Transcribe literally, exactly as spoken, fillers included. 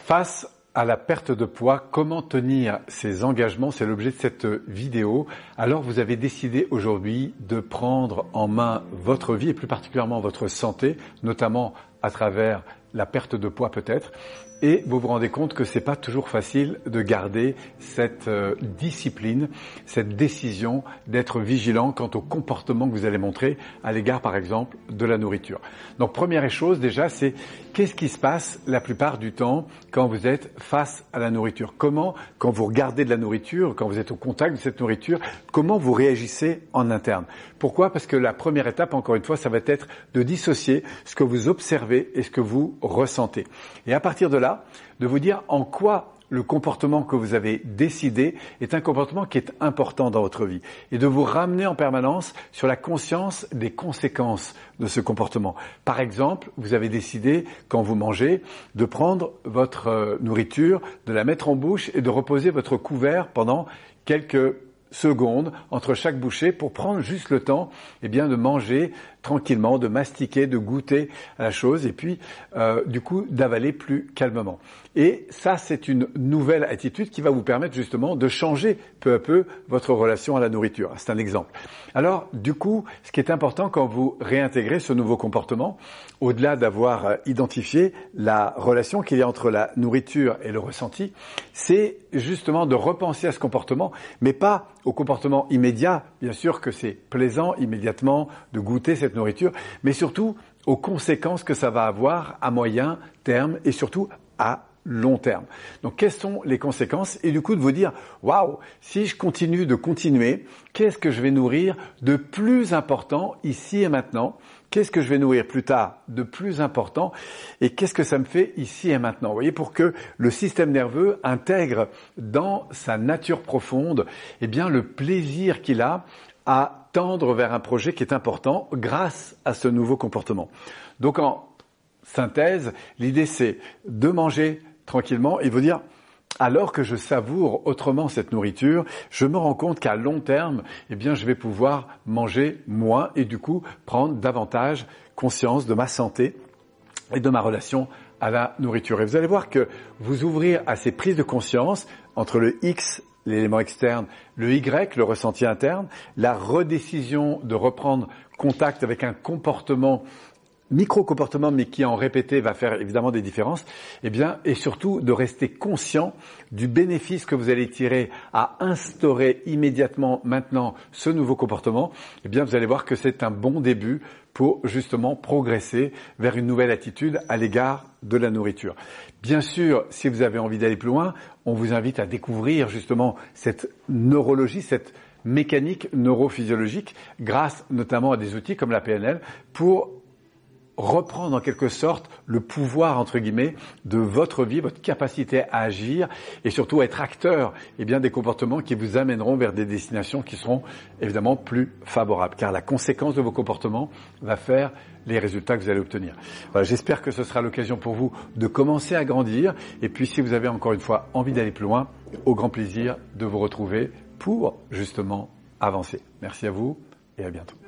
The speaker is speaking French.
Face à la perte de poids, comment tenir ses engagements, c'est l'objet de cette vidéo. Alors vous avez décidé aujourd'hui de prendre en main votre vie et plus particulièrement votre santé, notamment à travers la perte de poids peut-être, et vous vous rendez compte que c'est pas toujours facile de garder cette euh, discipline, cette décision d'être vigilant quant au comportement que vous allez montrer à l'égard par exemple de la nourriture. Donc première chose déjà, c'est qu'est-ce qui se passe la plupart du temps quand vous êtes face à la nourriture? Comment, quand vous regardez de la nourriture, quand vous êtes au contact de cette nourriture, comment vous réagissez en interne? Pourquoi? Parce que la première étape, encore une fois, ça va être de dissocier ce que vous observez et ce que vous ressentez. Et à partir de là, de vous dire en quoi le comportement que vous avez décidé est un comportement qui est important dans votre vie et de vous ramener en permanence sur la conscience des conséquences de ce comportement. Par exemple, vous avez décidé, quand vous mangez, de prendre votre nourriture, de la mettre en bouche et de reposer votre couvert pendant quelques secondes entre chaque bouchée pour prendre juste le temps eh bien, de manger tranquillement, de mastiquer, de goûter à la chose et puis euh, du coup d'avaler plus calmement. Et ça, c'est une nouvelle attitude qui va vous permettre justement de changer peu à peu votre relation à la nourriture. C'est un exemple. Alors du coup, ce qui est important quand vous réintégrez ce nouveau comportement, au-delà d'avoir identifié la relation qu'il y a entre la nourriture et le ressenti, c'est justement de repenser à ce comportement, mais pas au comportement immédiat, bien sûr que c'est plaisant immédiatement de goûter cette nourriture, mais surtout aux conséquences que ça va avoir à moyen terme et surtout à long terme. Donc, quelles sont les conséquences? Et du coup, de vous dire, waouh, si je continue de continuer, qu'est-ce que je vais nourrir de plus important ici et maintenant? Qu'est-ce que je vais nourrir plus tard de plus important? Et qu'est-ce que ça me fait ici et maintenant? Vous voyez, pour que le système nerveux intègre dans sa nature profonde, eh bien, le plaisir qu'il a à tendre vers un projet qui est important grâce à ce nouveau comportement. Donc, en synthèse, l'idée c'est de manger tranquillement et vous dire, alors que je savoure autrement cette nourriture, je me rends compte qu'à long terme, eh bien, je vais pouvoir manger moins et du coup prendre davantage conscience de ma santé et de ma relation à la nourriture. Et vous allez voir que vous ouvrir à ces prises de conscience entre le X, l'élément externe, le Y, le ressenti interne, la redécision de reprendre contact avec un comportement micro-comportement, mais qui en répété va faire évidemment des différences, eh bien, et surtout de rester conscient du bénéfice que vous allez tirer à instaurer immédiatement maintenant ce nouveau comportement, eh bien, vous allez voir que c'est un bon début pour justement progresser vers une nouvelle attitude à l'égard de la nourriture. Bien sûr, si vous avez envie d'aller plus loin, on vous invite à découvrir justement cette neurologie, cette mécanique neurophysiologique, grâce notamment à des outils comme la P N L, pour reprendre en quelque sorte le pouvoir entre guillemets de votre vie, votre capacité à agir et surtout à être acteur eh bien, des comportements qui vous amèneront vers des destinations qui seront évidemment plus favorables. Car la conséquence de vos comportements va faire les résultats que vous allez obtenir. Voilà, j'espère que ce sera l'occasion pour vous de commencer à grandir et puis si vous avez encore une fois envie d'aller plus loin, au grand plaisir de vous retrouver pour justement avancer. Merci à vous et à bientôt.